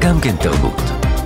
גם כן תרבות.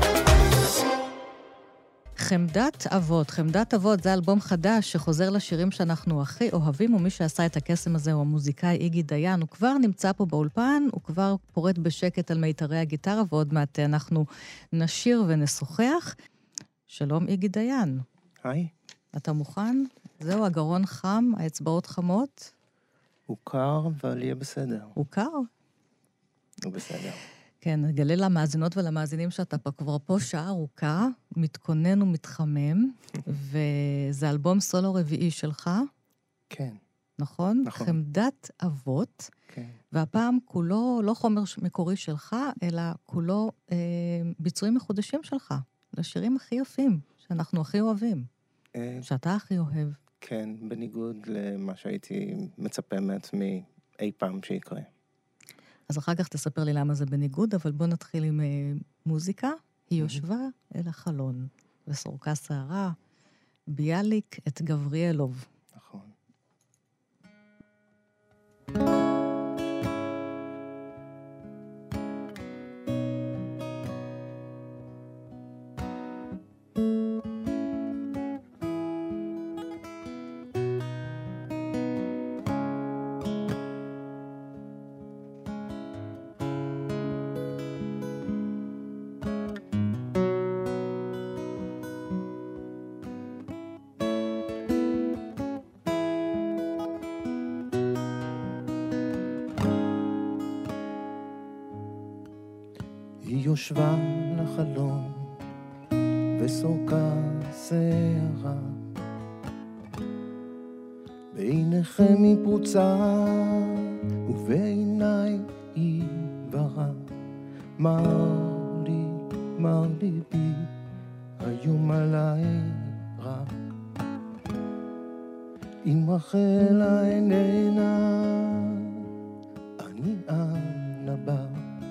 חמדת אבות. חמדת אבות זה אלבום חדש שחוזר לשירים שאנחנו הכי אוהבים, ומי שעשה את הקסם הזה הוא המוזיקאי איגי דיין. הוא כבר נמצא פה באולפן, הוא כבר פורט בשקט על מיתרי הגיטרה, ועוד מעט אנחנו נשיר ונשוחח. שלום איגי דיין. היי. אתה מוכן? זהו, הגרון חם, האצבעות חמות. הוא קר, אבל יהיה בסדר. הוא קר? הוא בסדר. כן, נגלה למאזינות ולמאזינים שאתה כבר פה שעה ארוכה, מתכונן ומתחמם, וזה אלבום סולו רביעי שלך. כן. נכון? נכון. חמדת אבות. כן. והפעם כולו לא חומר מקורי שלך, אלא כולו ביצועים מחודשים שלך, לשירים הכי יפים, שאנחנו הכי אוהבים, שאתה הכי אוהב. כן, בניגוד למה שהייתי מצפה מעצמי אי פעם שיקרה. אז אחר כך תספר לי למה זה בניגוד, אבל בוא נתחיל עם מוזיקה. היא יושבה אל החלון, וסורקה שערה, ביאליק את גבריאלוב. נכון. היא יושבה לחלון וסורקה שערה, בעיניכם היא פרוצה ובעיניי היא ברא. מר ליבי היום עליי רע, אם רחלה איננה אני אנה בא.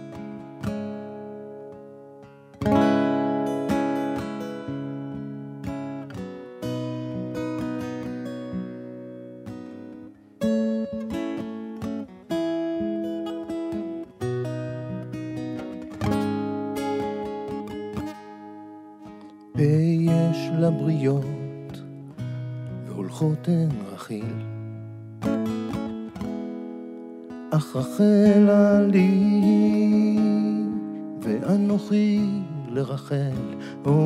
ויש לבריות והולכות הן רחיל, אך רחלה לי ואנוכי לרחל.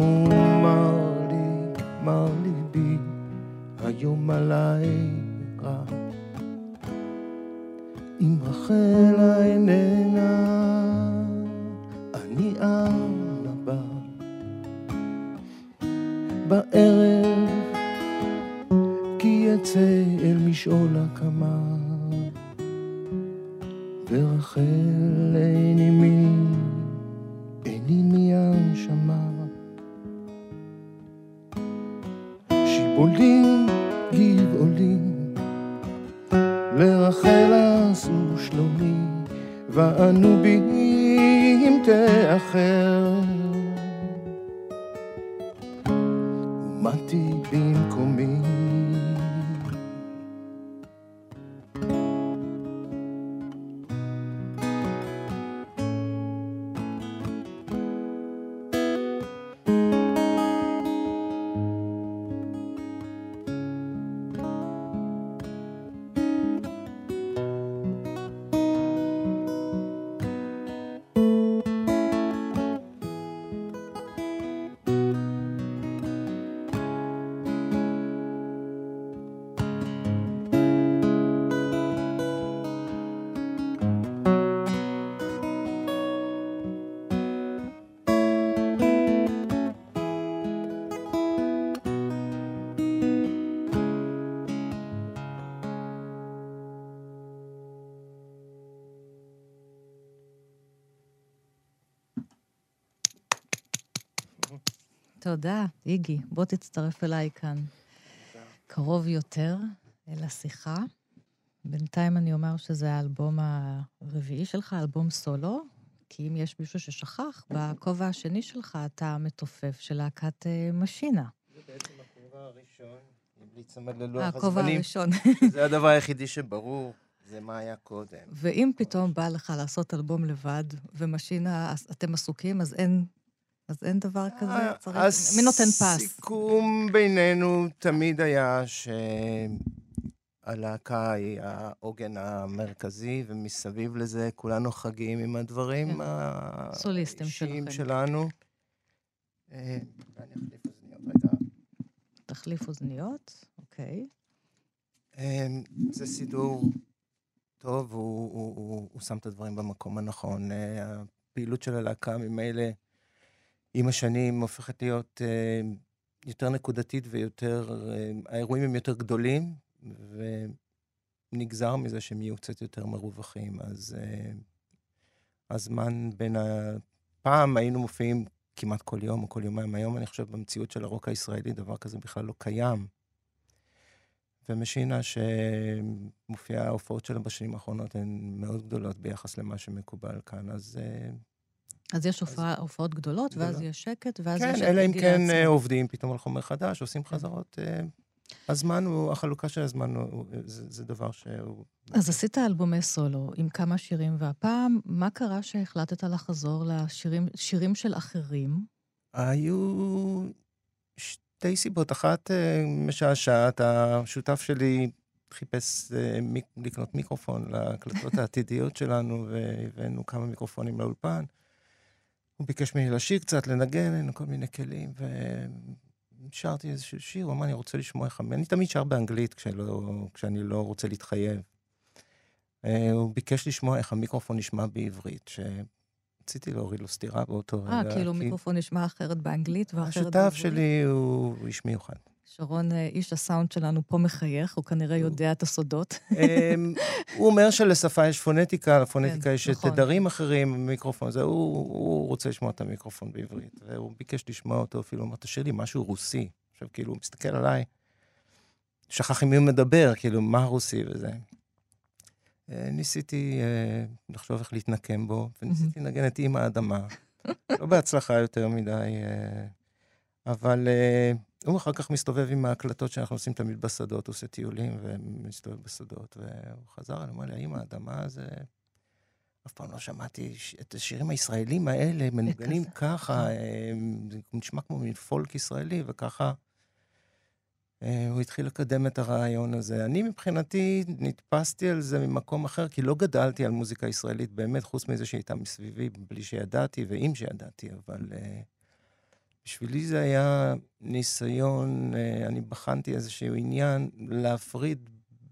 מר ליבי היום עליי רע, אם רחלה איננה אני אנה בא. בערב כי יצא אל משעול הקמה, ורחל אין מי הנשמה. שיבולים גבעולים לרחל עשו שלומי, ואנו בים תאחר ומתי במקומי. תודה, איגי. בוא תצטרף אליי כאן. קרוב יותר אל השיחה. בינתיים אני אומר שזה האלבום הרביעי שלך, אלבום סולו, כי אם יש מישהו ששכח, בכובע השני שלך אתה מתופף של להקת משינה. זה בעצם הכובע הראשון, אם להיצמד ללוח הזמנים. הכובע הראשון. זה הדבר היחידי שברור, זה מה היה קודם. ואם פתאום בא לך לעשות אלבום לבד, ומשינה, אתם עסוקים, אז אין דבר כזה? מי נותן פס? הסיכום בינינו תמיד היה שהלהקה היא העוגן המרכזי, ומסביב לזה כולנו חגים עם הדברים האישיים שלנו. אני אחליף אוזניות רגע. תחליף אוזניות, אוקיי. זה סידור טוב, הוא שם את הדברים במקום הנכון. הפעילות של הלהקה ממילא עם השנים הופכת להיות יותר נקודתית ויותר, האירועים הם יותר גדולים, ונגזר מזה שהם יהיו קצת יותר מרווחים. אז הזמן בין הפעם היינו מופיעים כמעט כל יום או כל יומיים. היום אני חושב במציאות של הרוק הישראלי דבר כזה בכלל לא קיים. ומשינה שמופיעה ההופעות שלה בשנים האחרונות הן מאוד גדולות ביחס למה שמקובל כאן, אז יש הופעות גדולות, ואז יש שקט, ואז יש שקט בגיל לעצמו. כן, אלא אם כן עובדים פתאום על חומר חדש, עושים חזרות. הזמן הוא, החלוקה של הזמן זה דבר שהוא... אז עשית אלבומי סולו עם כמה שירים, והפעם, מה קרה שהחלטת לחזור לשירים של אחרים? היו שתי סיבות. אחת משעשעת, השותף שלי חיפש לקנות מיקרופון להקלטות העתידיות שלנו, והבאנו כמה מיקרופונים לאולפן. הוא ביקש ממני לשיר קצת, לנגן, היינו כל מיני כלים, ושרתי איזשהו שיר, הוא אמר, אני רוצה לשמוע איך... אני תמיד שר באנגלית כשאני לא רוצה להתחייב. הוא ביקש לשמוע איך המיקרופון נשמע בעברית, רציתי להוריד לו סתירה באותו רגע. כאילו מיקרופון נשמע אחרת באנגלית ואחרת בעברית. השותף שלי הוא איש מיוחד. שרון, איש הסאונד שלנו פה מחייך, הוא כנראה יודע את הסודות. הוא אומר שלשפה יש פונטיקה, לפונטיקה יש תדרים אחרים, מיקרופון, הוא רוצה לשמוע את המיקרופון בעברית, והוא ביקש לשמוע אותו, אפילו אמר, תשאיר לי משהו רוסי. עכשיו, כאילו, הוא מסתכל עליי, שכח עם מי הוא מדבר, כאילו, מה רוסי וזה. ניסיתי לחשוב איך להתנקם בו, וניסיתי לנגן את אמא האדמה. לא בהצלחה יותר מדי, אבל הוא אחר כך מסתובב עם ההקלטות שאנחנו עושים תמיד בשדות, הוא עושה טיולים ומסתובב בשדות, והוא חזר, אני אומר לי, אמא האדמה זה... אף פעם לא שמעתי את השירים הישראלים האלה, מנוגנים ככה, זה נשמע כמו מין פולק ישראלי, וככה הוא התחיל לקדם את הרעיון הזה. אני מבחינתי נתפסתי על זה ממקום אחר, כי לא גדלתי על מוזיקה ישראלית, באמת, חוץ מזה שהייתה מסביבי, בלי שידעתי ועם שידעתי, אבל בשבילי זה היה ניסיון, אני בחנתי איזשהו עניין, להפריד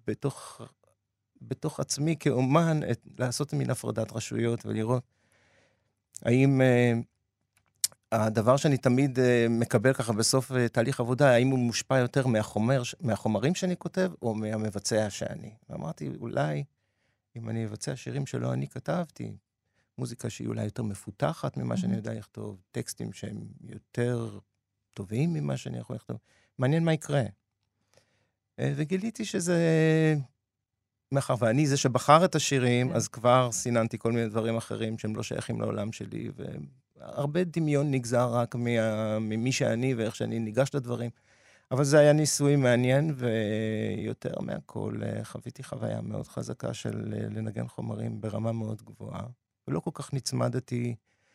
בתוך עצמי כאומן, לעשות מין הפרדת רשויות ולראות האם הדבר שאני תמיד מקבל ככה בסוף תהליך עבודה, האם הוא מושפע יותר מהחומרים שאני כותב, או מהמבצע שאני. ואמרתי, אולי, אם אני אבצע שירים שלא אני כתבתי, מוזיקה שהיא אולי יותר מפותחת ממה שאני יודע לכתוב, טקסטים שהם יותר טובים ממה שאני יכול לכתוב, מעניין מה יקרה. וגיליתי שזה... מאחר ואני זה שבחר את השירים, אז כבר סיננתי כל מיני דברים אחרים שהם לא שייכים לעולם שלי, והרבה דמיון נגזר רק ממי שאני ואיך שאני ניגש לדברים. אבל זה היה ניסוי מעניין, ויותר מהכל חוויתי חוויה מאוד חזקה של לנגן חומרים ברמה מאוד גבוהה, ולא כל כך נצמדתי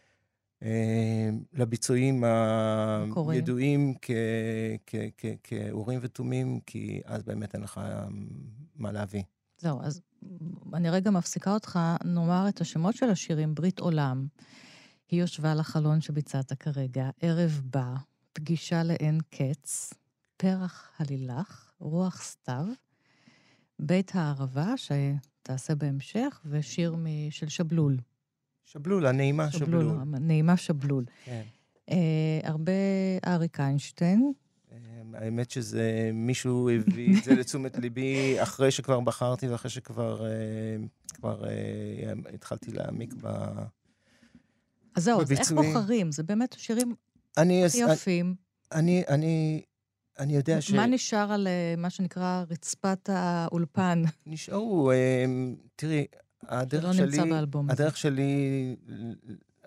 לביצועים הידועים כאורים ותומים, כי אז באמת אין לך מה להביא. זהו, אז אני רגע מפסיקה אותך, נאמר את השמות של השירים, ברית עולם, היא יושבה לחלון שביצעת כרגע, ערב בא, פגישה לאין קץ, פרח הלילך, רוח סתיו, בית הערבה, שתעשה בהמשך, ושיר של שבלול. שבלול, הנעימה שבלול. הנעימה שבלול. כן. הרבה אריק איינשטיין, האמת שזה, מישהו הביא את זה לתשומת ליבי אחרי שכבר בחרתי, ואחרי שכבר התחלתי להעמיק בביצועים. אז זהו, אז איך בוחרים? זה באמת שירים יפים. אני יודע מה נשאר על מה שנקרא רצפת האולפן? נשארו, תראי, הדרך שלי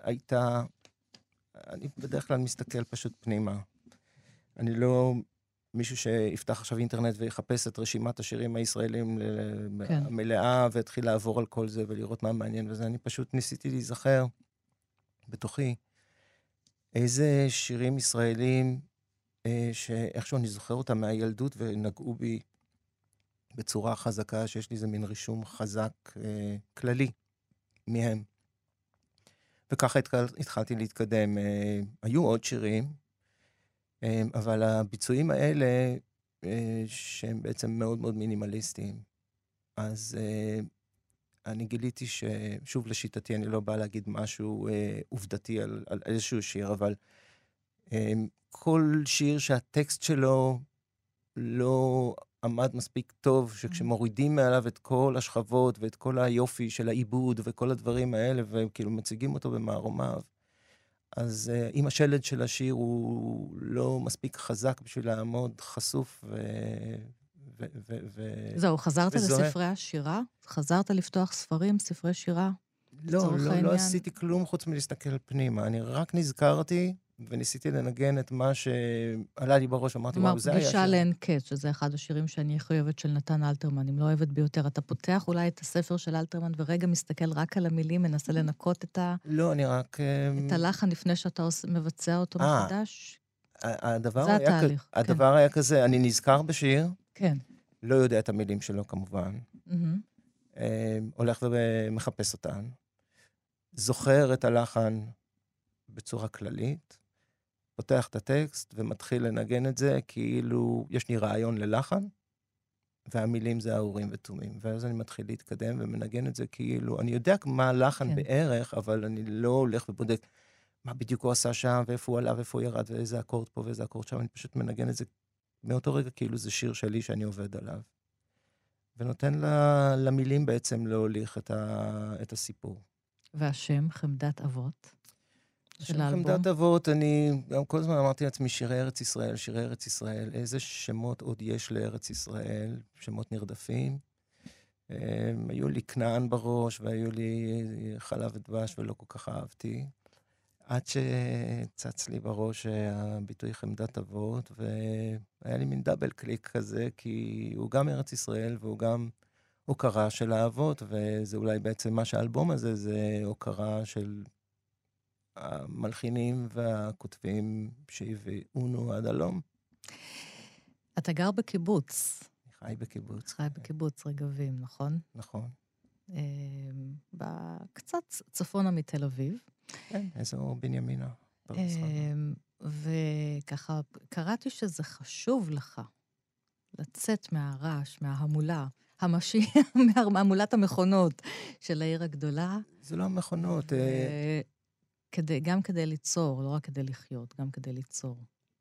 הייתה, אני בדרך כלל מסתכל פשוט פנימה. אני לא מישהו שיפתח עכשיו אינטרנט ויחפש את רשימת השירים הישראלים כן. המלאה, והתחיל לעבור על כל זה ולראות מה מעניין וזה. אני פשוט ניסיתי להיזכר בתוכי איזה שירים ישראלים שאיכשהו אני זוכר אותם מהילדות ונגעו בי בצורה חזקה, שיש לי איזה מין רישום חזק כללי מהם. וככה התחלתי להתקדם. היו עוד שירים, אבל הביצועים האלה, שהם בעצם מאוד מאוד מינימליסטיים, אז אני גיליתי ששוב לשיטתי, אני לא בא להגיד משהו עובדתי על איזשהו שיר, אבל כל שיר שהטקסט שלו לא עמד מספיק טוב, שכשמורידים מעליו את כל השכבות ואת כל היופי של העיבוד וכל הדברים האלה, וכאילו מציגים אותו במערומיו, אז אם השלד של השיר הוא לא מספיק חזק בשביל לעמוד חשוף זהו, חזרת וזוהה. לספרי השירה? חזרת לפתוח ספרים, ספרי שירה? לא עשיתי כלום חוץ מלהסתכל פנימה. אני רק נזכרתי וניסיתי לנגן את מה שעלה לי בראש. אמרתי, וואו, זה היה שיר. פגישה לאין קץ, שזה אחד השירים שאני הכי אוהבת של נתן אלתרמן, אם לא אוהבת ביותר. אתה פותח אולי את הספר של אלתרמן, ורגע מסתכל רק על המילים, מנסה לנקות את לא, אני רק... את הלחן לפני שאתה מבצע אותו מחדש. הדבר התהליך, כן. הדבר היה כזה, אני נזכר בשיר, כן. לא יודע את המילים שלו כמובן, הולך ומחפש אותן, זוכר את הלחן בצורה כללית, פותח את הטקסט ומתחיל לנגן את זה, כאילו יש לי רעיון ללחן, והמילים זה האורים ותומים. ואז אני מתחיל להתקדם ומנגן את זה כאילו, אני יודע מה הלחן כן. בערך, אבל אני לא הולך ובודק מה בדיוק הוא עשה שם, ואיפה הוא עלה, ואיפה הוא ירד, ואיזה אקורד פה ואיזה אקורד שם. אני פשוט מנגן את זה מאותו רגע, כאילו זה שיר שלי שאני עובד עליו. ונותן למילים בעצם להוליך את הסיפור. והשם, חמדת אבות, של האלבום. חמדת אבות, אני גם כל הזמן אמרתי לעצמי, שירי ארץ ישראל, שירי ארץ ישראל, איזה שמות עוד יש לארץ ישראל, שמות נרדפים. היו לי כנען בראש, והיו לי חלב ודבש, ולא כל כך אהבתי. עד שצץ לי בראש הביטוי חמדת אבות, והיה לי מין דאבל קליק כזה, כי הוא גם ארץ ישראל, והוא גם הוקרה של האבות, וזה אולי בעצם מה שהאלבום הזה, זה הוקרה של המלחינים והכותבים שהביאונו עד הלום. אתה גר בקיבוץ. חי בקיבוץ. חי בקיבוץ רגבים, נכון? נכון. קצת צפונה מתל אביב. כן, אזור בנימינה. וככה, קראתי שזה חשוב לך לצאת מהרעש, מההמולה, מהמולת המכונות של העיר הגדולה. זה לא המכונות. גם כדי ליצור, לא רק כדי לחיות, גם כדי ליצור.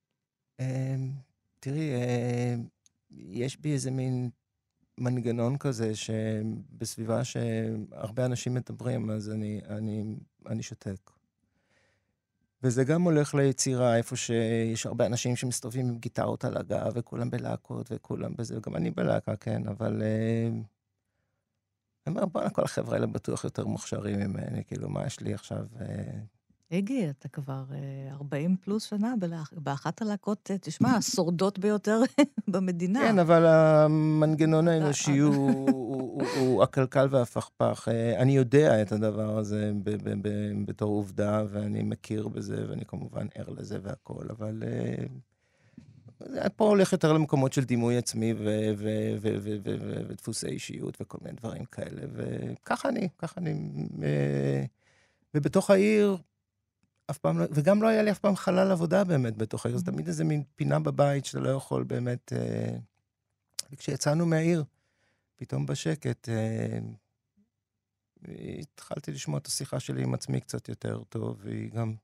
תראי, יש בי איזה מין מנגנון כזה, שבסביבה שהרבה אנשים מדברים, אז אני שותק. וזה גם הולך ליצירה, איפה שיש הרבה אנשים שמסתובבים עם גיטרות על הגב, וכולם בלהקות, וכולם בזה, וגם אני בלהקה, כן, אבל אני אומר, בוא'נה, כל החבר'ה האלה בטוח יותר מוכשרים ממני, כאילו, מה יש לי עכשיו? איגי, אתה כבר 40 פלוס שנה באחת הלהקות, תשמע, השורדות ביותר במדינה. כן, אבל המנגנון האנושי הוא הקלקל והפכפך. אני יודע את הדבר הזה בתור עובדה, ואני מכיר בזה, ואני כמובן ער לזה והכל, אבל פה הולך יותר למקומות של דימוי עצמי ודפוסי אישיות וכל מיני דברים כאלה, וככה אני. ובתוך העיר, אף פעם לא, וגם לא היה לי אף פעם חלל עבודה באמת בתוך העיר, זה תמיד איזה מין פינה בבית שאתה לא יכול באמת, וכשיצאנו מהעיר, פתאום בשקט, התחלתי לשמוע את השיחה שלי עם עצמי קצת יותר טוב, והיא גם,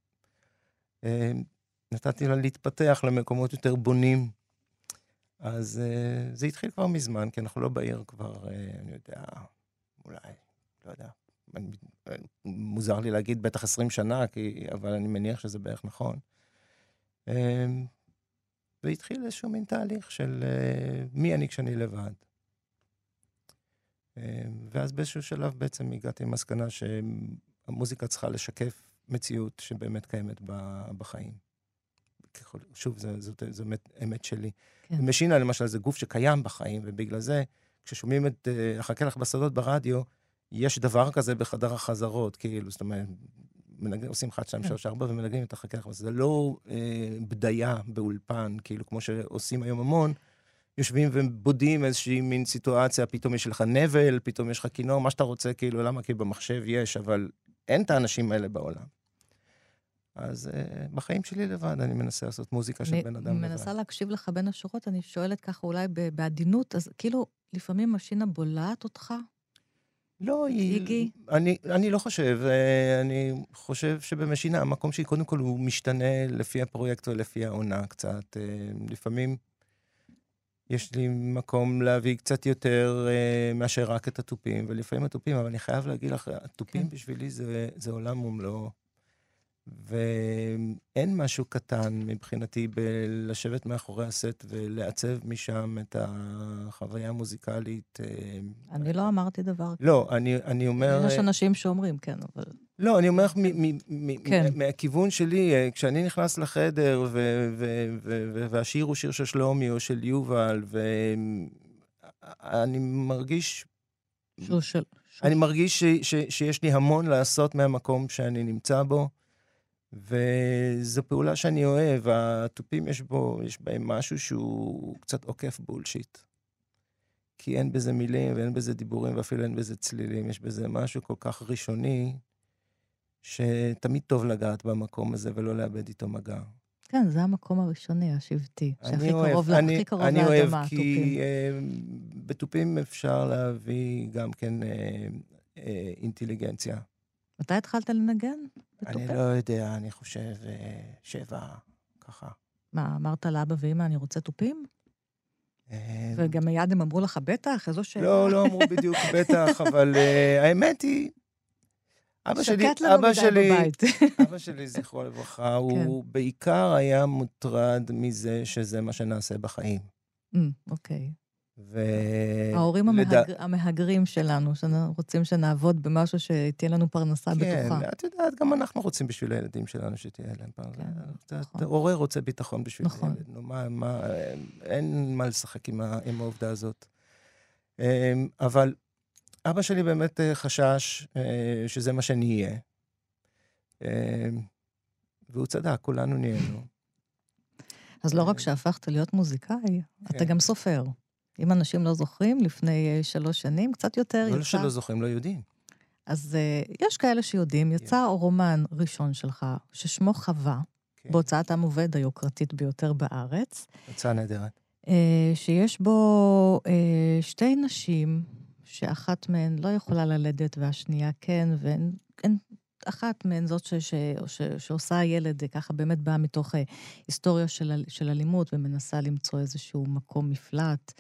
נתתי לה להתפתח למקומות יותר בונים, אז זה התחיל כבר מזמן, כי אנחנו לא בעיר כבר, אני יודע, אולי, לא יודע, מוזר לי להגיד בטח 20 שנה, אבל אני מניח שזה בערך נכון. והתחיל איזשהו מין תהליך של מי אני כשאני לבד. ואז באיזשהו שלב בעצם הגעתי למסקנה שהמוזיקה צריכה לשקף מציאות שבאמת קיימת בחיים. שוב, זו אמת שלי. כן. משינה, למשל, זה גוף שקיים בחיים, ובגלל זה, כששומעים את החכה לך בשדות ברדיו, יש דבר כזה בחדר החזרות, כאילו, זאת אומרת, עושים 1, 2, 3, 4 ומנגנים את החכה לך בשדות. זה לא בדיה באולפן, כאילו, כמו שעושים היום המון, יושבים ובודים איזושהי מין סיטואציה, פתאום יש לך נבל, פתאום יש לך כינור, מה שאתה רוצה, כאילו, למה? כי במחשב יש, אבל אין את האנשים האלה בעולם. אז בחיים שלי לבד, אני מנסה לעשות מוזיקה של בן אדם לבד. אני מנסה להקשיב לך בין השורות, אני שואלת ככה אולי בעדינות, אז כאילו, לפעמים משינה בולעת אותך? לא, איגי? אני לא חושב. אני חושב שבמשינה, המקום שלי, קודם כל, הוא משתנה לפי הפרויקט ולפי העונה קצת. לפעמים יש לי מקום להביא קצת יותר מאשר רק את הטופים, ולפעמים הטופים, אבל אני חייב להגיד לך, הטופים בשבילי זה עולם ומלואו. ואין משהו קטן מבחינתי בלשבת מאחורי הסט ולעצב משם את החוויה המוזיקלית. אני לא אמרתי דבר. לא, אני אומר... יש אנשים שאומרים, כן, אבל... לא, אני אומר מהכיוון שלי, כשאני נכנס לחדר והשיר הוא שיר של שלומי או של יובל, ואני מרגיש... אני מרגיש שיש לי המון לעשות מהמקום שאני נמצא בו, וזו פעולה שאני אוהב. הטופים יש בהם משהו שהוא קצת עוקף בולשיט. כי אין בזה מילים ואין בזה דיבורים ואפילו אין בזה צלילים. יש בזה משהו כל כך ראשוני, שתמיד טוב לגעת במקום הזה ולא לאבד איתו מגע. כן, זה המקום הראשוני, השבטי, שהכי קרוב לאדמה. אני אוהב, כי בטופים אפשר להביא גם כן אינטליגנציה. מתי התחלת לנגן? אני לא יודע, אני חושב 7, ככה. מה, אמרת לאבא ואמא, אני רוצה טופים? וגם מיד הם אמרו לך, בטח, איזו שאלה. לא, לא אמרו בדיוק בטח, אבל האמת היא, אבא שלי, זכרו לברכה, הוא בעיקר היה מוטרד מזה שזה מה שנעשה בחיים. אוקיי. ההורים המהגרים שלנו, שרוצים שנעבוד במשהו שתהיה לנו פרנסה בטוחה. כן, את יודעת, גם אנחנו רוצים בשביל הילדים שלנו שתהיה להם פרנסה. הורה רוצה ביטחון בשביל הילד. אין מה לשחק עם העובדה הזאת. אבל אבא שלי באמת חשש שזה מה שאני אהיה. והוא צדק, כולנו נהיינו. אז לא רק שהפכת להיות מוזיקאי, אתה גם סופר. אם אנשים לא זוכרים, לפני 3 שנים, קצת יותר יצא... לא שלא זוכרים, לא יודעים. אז יש כאלה שיודעים, יצא רומן ראשון שלך, ששמו חווה, בהוצאת עם עובד היוקרתית ביותר בארץ. הוצאה נהדרת. שיש בו 2 נשים, שאחת מהן לא יכולה ללדת והשנייה כן, אחת מהן זאת שעושה ילד, ככה באמת באה מתוך היסטוריה של אלימות, ומנסה למצוא איזשהו מקום מפלט,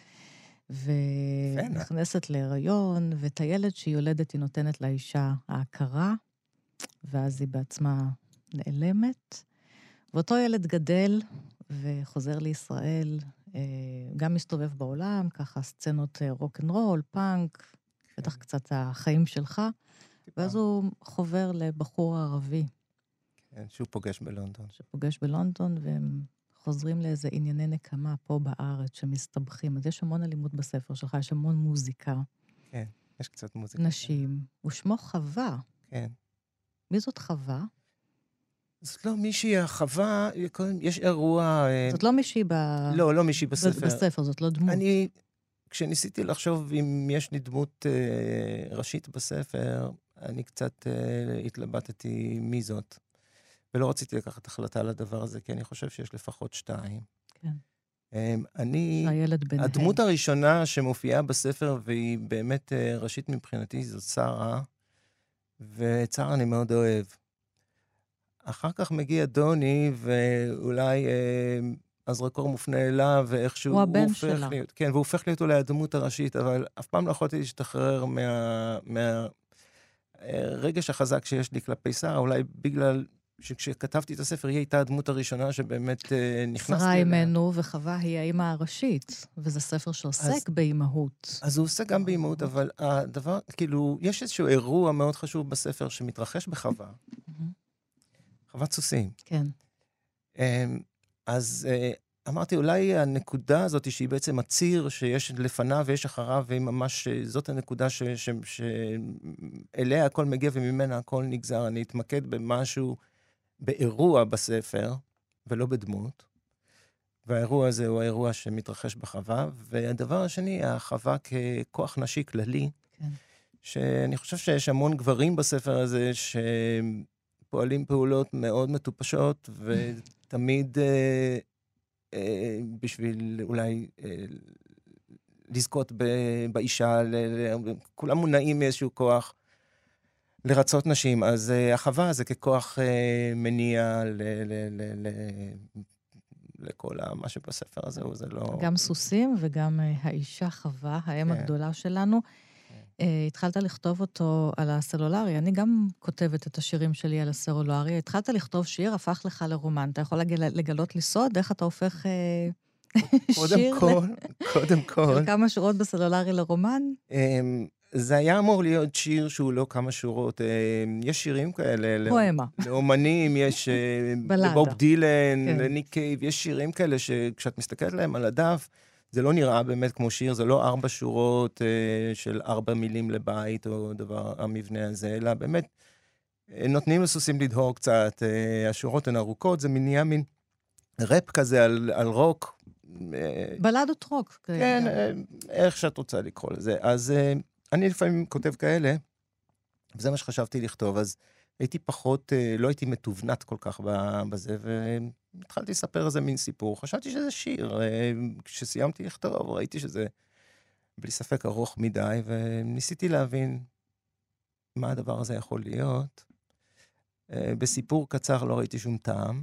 ונכנסת להיריון, ואת הילד שהיא יולדת היא נותנת לאישה ההכרה, ואז היא בעצמה נעלמת. ואותו ילד גדל וחוזר לישראל, גם מסתובב בעולם, ככה סצנות רוק-אנד-רול, פאנק, בטח קצת החיים שלך, ואז הוא חובר לבחור ערבי. כן, שהוא פוגש בלונדון. שפוגש בלונדון, והם חוזרים לאיזה ענייני נקמה פה בארץ, שמסתבכים. אז יש המון אלימות בספר שלך, יש המון מוזיקה. כן, יש קצת מוזיקה. נשים. ושמו חווה. כן. מי זאת חווה? זאת לא מישהי, החווה, יש אירוע... זאת לא מישהי לא, לא מישהי בספר. בספר, זאת לא דמות. כשניסיתי לחשוב אם יש לי דמות ראשית בספר, אני קצת התלבטתי מי זאת. ולא רציתי לקחת החלטה על הדבר הזה, כי אני חושב שיש לפחות 2. כן. הדמות הראשונה שמופיעה בספר, והיא באמת ראשית מבחינתי, זאת שרה, ואת שרה אני מאוד אוהב. אחר כך מגיע דוני, ואולי הזרקור מופנה אליו, ואיכשהו הוא הבן שלה. כן, והוא הופך להיות אולי הדמות הראשית, אבל אף פעם לא יכולתי להשתחרר מהרגש החזק שיש לי כלפי שרה, אולי בגלל שכשכתבתי את הספר, היא הייתה הדמות הראשונה שבאמת נכנסתי אליה. שרה אימנו וחווה היא האמא הראשית, וזה ספר שעוסק באימהות. אז הוא עוסק גם באימהות, אבל הדבר, כאילו, יש איזשהו אירוע מאוד חשוב בספר שמתרחש בחווה. חוות סוסים. כן. אז אמרתי, אולי הנקודה הזאת, שהיא בעצם הציר שיש לפניו ויש אחריו, והיא ממש, זאת הנקודה שאליה הכל מגיע וממנה הכל נגזר. אני אתמקד במשהו, באירוע בספר, ולא בדמות. והאירוע הזה הוא האירוע שמתרחש בחווה. והדבר השני, החווה ככוח נשי כללי, כן. שאני חושב שיש המון גברים בספר הזה, שפועלים פעולות מאוד מטופשות, ותמיד בשביל אולי לזכות באישה, כולם מונעים מאיזשהו כוח לרצות נשים. אז החווה זה ככוח מניע לכל מה שבספר הזה, זה לא... גם סוסים וגם האישה חווה, האם הגדולה שלנו. התחלת לכתוב אותו על הסלולרי, אני גם כותבת את השירים שלי על הסלולרי, התחלת לכתוב שיר, הפך לך לרומן. אתה יכול לגלות לי סוד, איך אתה הופך שיר? קודם כל. של כמה שורות בסלולרי לרומן? זה היה אמור להיות שיר שהוא לא כמה שורות. יש שירים כאלה. פואמה. לאומנים, יש לבוב דילן, לניק קייב, יש שירים כאלה שכשאת מסתכלת להם על הדף, זה לא נראה באמת כמו שיר, זה לא 4 שורות של 4 מילים לבית, או דבר, המבנה הזה, אלא באמת נותנים לסוסים לדהור קצת, השורות הן ארוכות, זה נהיה מין רפ כזה על רוק. בלדות רוק. כן, איך שאת רוצה לקרוא לזה. אז אני לפעמים כותב כאלה, וזה מה שחשבתי לכתוב, אז הייתי פחות, לא הייתי מתובנת כל כך בזה, והתחלתי לספר איזה מין סיפור. חשבתי שזה שיר. כשסיימתי לכתוב, ראיתי שזה בלי ספק ארוך מדי, וניסיתי להבין מה הדבר הזה יכול להיות. בסיפור קצר לא ראיתי שום טעם,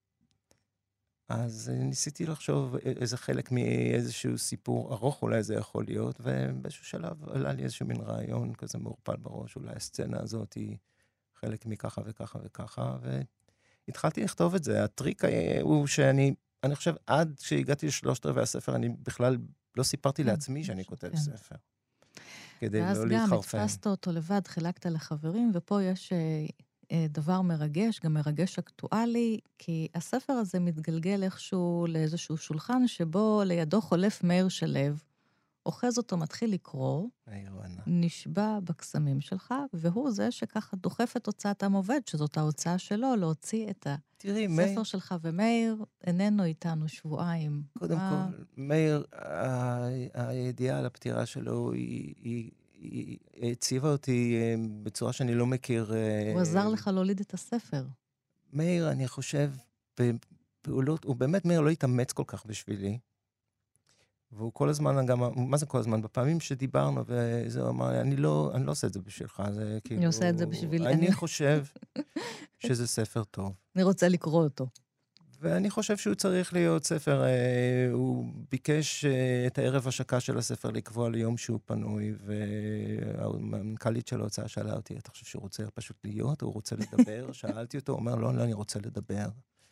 אז ניסיתי לחשוב איזה חלק מאיזשהו סיפור ארוך אולי זה יכול להיות, ובאיזשהו שלב עלה לי איזשהו מין רעיון כזה מעורפל בראש, אולי הסצנה הזאת היא חלק מככה וככה וככה, והתחלתי לכתוב את זה. הטריק הוא שאני חושב, עד שהגעתי ל3/4 הספר, אני בכלל לא סיפרתי לעצמי שאני כותב ספר. כדי לא להתחרפן. ואז גם הדפסת אותו לבד, חילקת לחברים, ופה יש דבר מרגש, גם מרגש אקטואלי, כי הספר הזה מתגלגל איכשהו לאיזשהו שולחן, שבו לידו חולף מאיר שלו, אוחז אותו, מתחיל לקרוא, נשבע בקסמים שלך, והוא זה שככה דוחף את הוצאת עם עובד, שזאת ההוצאה שלו, להוציא את הספר שלך, ומאיר איננו איתנו שבועיים. קודם כל, מאיר, הידיעה על הפטירה שלו, היא הציבה אותי בצורה שאני לא מכיר. הוא עזר לך להוליד את הספר. מאיר, אני חושב, בפעולות, הוא באמת, מאיר לא התאמץ כל כך בשבילי, והוא כל הזמן, גם, מה זה כל הזמן? בפעמים שדיברנו, וזה הוא אמר לי, אני לא עושה את זה בשבילך, זה כאילו... אני עושה את זה בשבילי. אני חושב שזה ספר טוב. אני רוצה לקרוא אותו. ואני חושב שהוא צריך להיות ספר, הוא ביקש את הערב השקה של הספר לקבוע ליום שהוא פנוי, והמנכ"לית של ההוצאה שאלה אותי, אתה חושב שהוא רוצה פשוט להיות, הוא רוצה לדבר? שאלתי אותו, הוא אומר, לא, אני רוצה לדבר.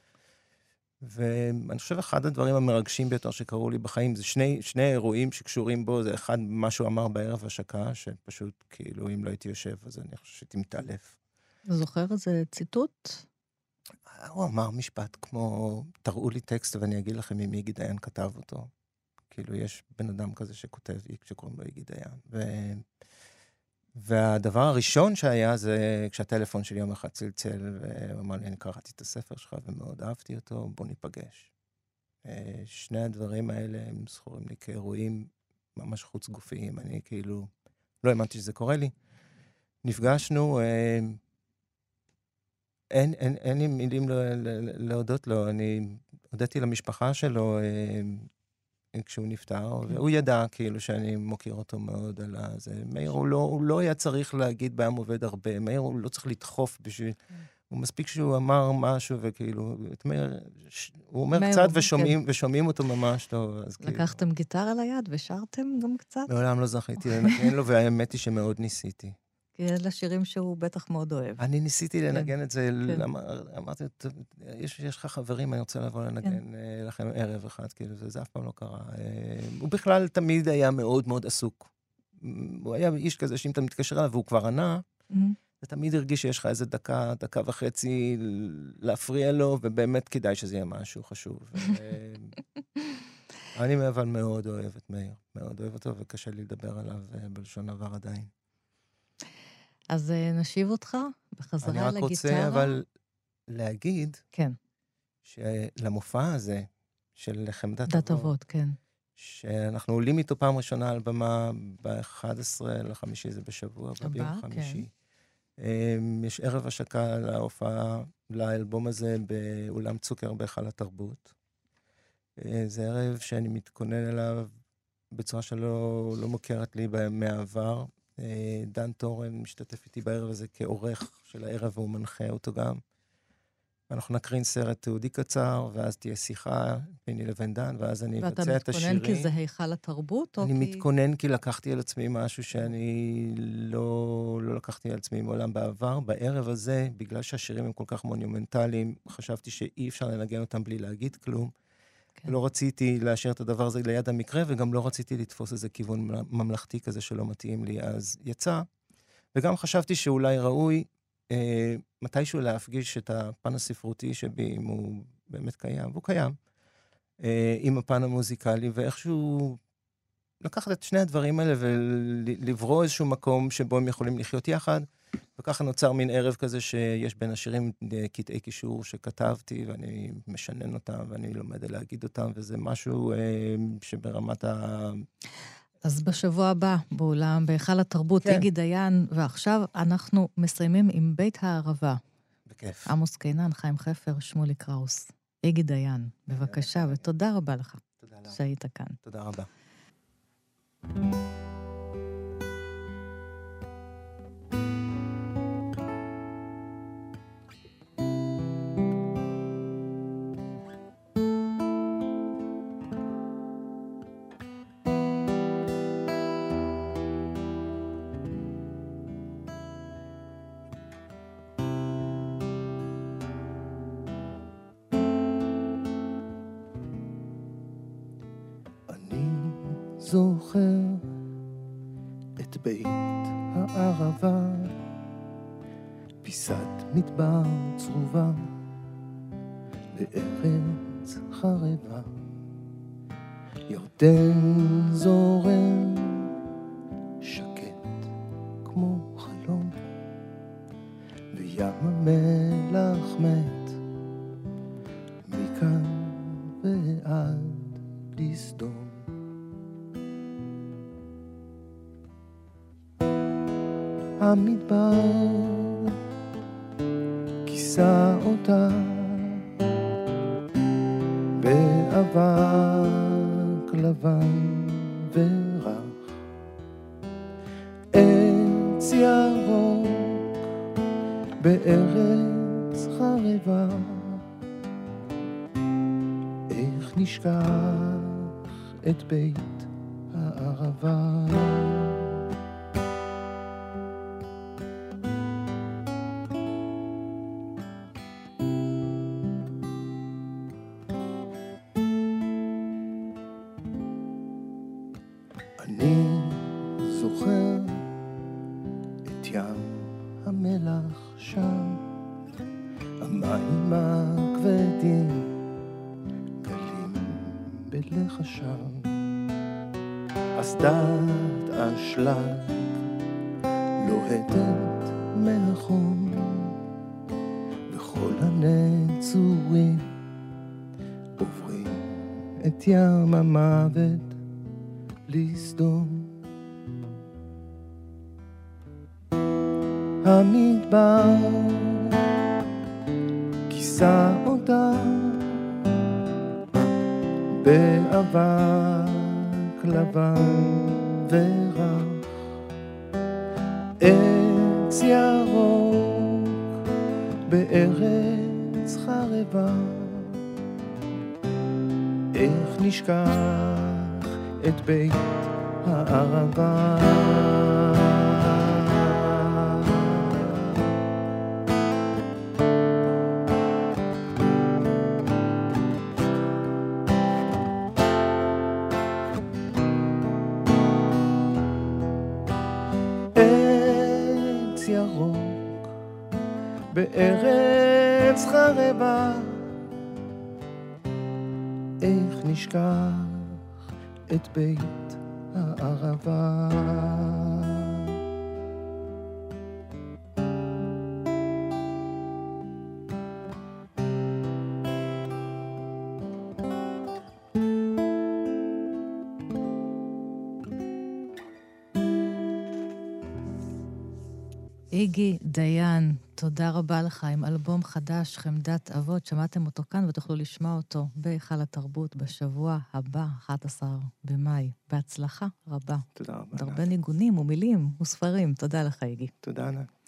ואני חושב אחד הדברים המרגשים ביותר שקראו לי בחיים, זה שני אירועים שקשורים בו, זה אחד מה שהוא אמר בערב השקה, שפשוט כאילו אם לא הייתי יושב, אז אני חושב שהייתי מתעלף. אתה זוכר איזה ציטוט? הוא אמר משפט כמו, תראו לי טקסט ואני אגיד לכם אם איגי דיין כתב אותו. כאילו יש בן אדם כזה שכותב, שקוראים לו איגי דיין. והדבר הראשון שהיה זה כשהטלפון שלי יום אחד צלצל, והוא אמר לי, אני קראתי את הספר שלך ומאוד אהבתי אותו, בוא ניפגש. שני הדברים האלה הם זכורים לי כאירועים ממש חוץ גופיים. אני כאילו לא האמנתי שזה קורה לי. נפגשנו, אין לי מילים להודות לו, אני הודיתי למשפחה שלו כשהוא נפטר, והוא ידע כאילו שאני מוקיר אותו מאוד על זה. מאיר הוא לא היה צריך להגיד בעם עובד הרבה, מאיר הוא לא צריך לדחוף בשביל, הוא מספיק שהוא אמר משהו וכאילו, הוא אומר קצת ושומעים אותו ממש טוב. לקחתם גיטרה ליד ושרתם גם קצת? מעולם לא זכיתי לנגן לו, והאמת היא שמאוד ניסיתי. כי אלה שירים שהוא בטח מאוד אוהב. אני ניסיתי לנגן את זה, אמרתי, יש לך חברים, אני רוצה לבוא לנגן לכם ערב אחד, כאילו, זה אף פעם לא קרה. הוא בכלל תמיד היה מאוד מאוד עסוק. הוא היה איש כזה שאם אתה מתקשר אליו והוא כבר ענה, ותמיד הרגיש שיש לך איזה דקה, דקה וחצי להפריע לו, ובאמת כדאי שזה יהיה משהו חשוב. אני אבל מאוד אוהב את מאיר, מאוד אוהב אותו, וקשה לי לדבר עליו בלשון עבר עדיין. אז נשיב אותך בחזרה לגיטרה. אני רק רוצה אבל להגיד, כן. שלמופע הזה, של חמדת דת אבות, כן. שאנחנו עולים איתו פעם ראשונה על במה ב-11 לחמישי, זה בשבוע, ביום חמישי. יש ערב השקה להופעה, לאלבום הזה באולם צוקר בהיכל התרבות. זה ערב שאני מתכונן אליו בצורה שלא מוכרת לי מהעבר. דן טורן משתתף איתי בערב הזה כעורך של הערב, והוא מנחה אותו גם. אנחנו נקרין סרט תיעודי קצר, ואז תהיה שיחה ביני לבין דן, ואז אני אבצע את השירים. ואתה מתכונן כי זה היכל התרבות? אני מתכונן כי לקחתי על עצמי משהו שאני לא לקחתי על עצמי מעולם בעבר. בערב הזה, בגלל שהשירים הם כל כך מונומנטליים, חשבתי שאי אפשר לנגן אותם בלי להגיד כלום. כן. לא רציתי להשאיר את הדבר הזה ליד המקרה, וגם לא רציתי לתפוס איזה כיוון ממלכתי כזה שלא מתאים לי, אז יצא. וגם חשבתי שאולי ראוי מתישהו להפגיש את הפן הספרותי שבי, אם הוא באמת קיים, והוא קיים, עם הפן המוזיקלי, ואיכשהו לקחת את שני הדברים האלה ולברוא איזשהו מקום שבו הם יכולים לחיות יחד, וככה נוצר מין ערב כזה שיש בין השירים קטעי קישור שכתבתי, ואני משנן אותם, ואני לומד להגיד אותם, וזה משהו שברמת אז בשבוע הבא, באולם, בהיכל התרבות, איגי דיין, ועכשיו אנחנו מסיימים עם בית הערבה. בכיף. עמוס קינן, חיים חפר, שמולי קראוס. איגי דיין, בבקשה, ותודה רבה לך שהיית כאן. תודה רבה. זוכר את בית הערבה, פיסת מדבר צרובה בארץ חרבה, ירדן זורם שקט כמו חלום, וים המלח מת מכאן ועד לסדום. המדבר כיסה אותה באבק לבן ורח, עץ ירוק בארץ חרבה, איך נשכח את בית הערבה. אני זוכר את ים המלח שם, המים הכבדים גלים בלחשם, אסדת אשלג לוהטת מהחום, וכל הנצורים עוברים את ים המוות לסדום. המדבר כיסה אותה באבק לבן ורח, עץ ירוק בארץ חרבה, איך נשכח את בית הערבה. עץ ירוק בארץ חרבה, איך נשכח את בית הערבה. איגי דיין, תודה רבה לך עם אלבום חדש, חמדת אבות. שמעתם אותו כאן ותוכלו לשמוע אותו בהיכל התרבות בשבוע הבא, 11 במאי. בהצלחה רבה. תודה רבה. הרבה ניגונים ומילים וספרים. תודה לך, איגי. תודה, ענת.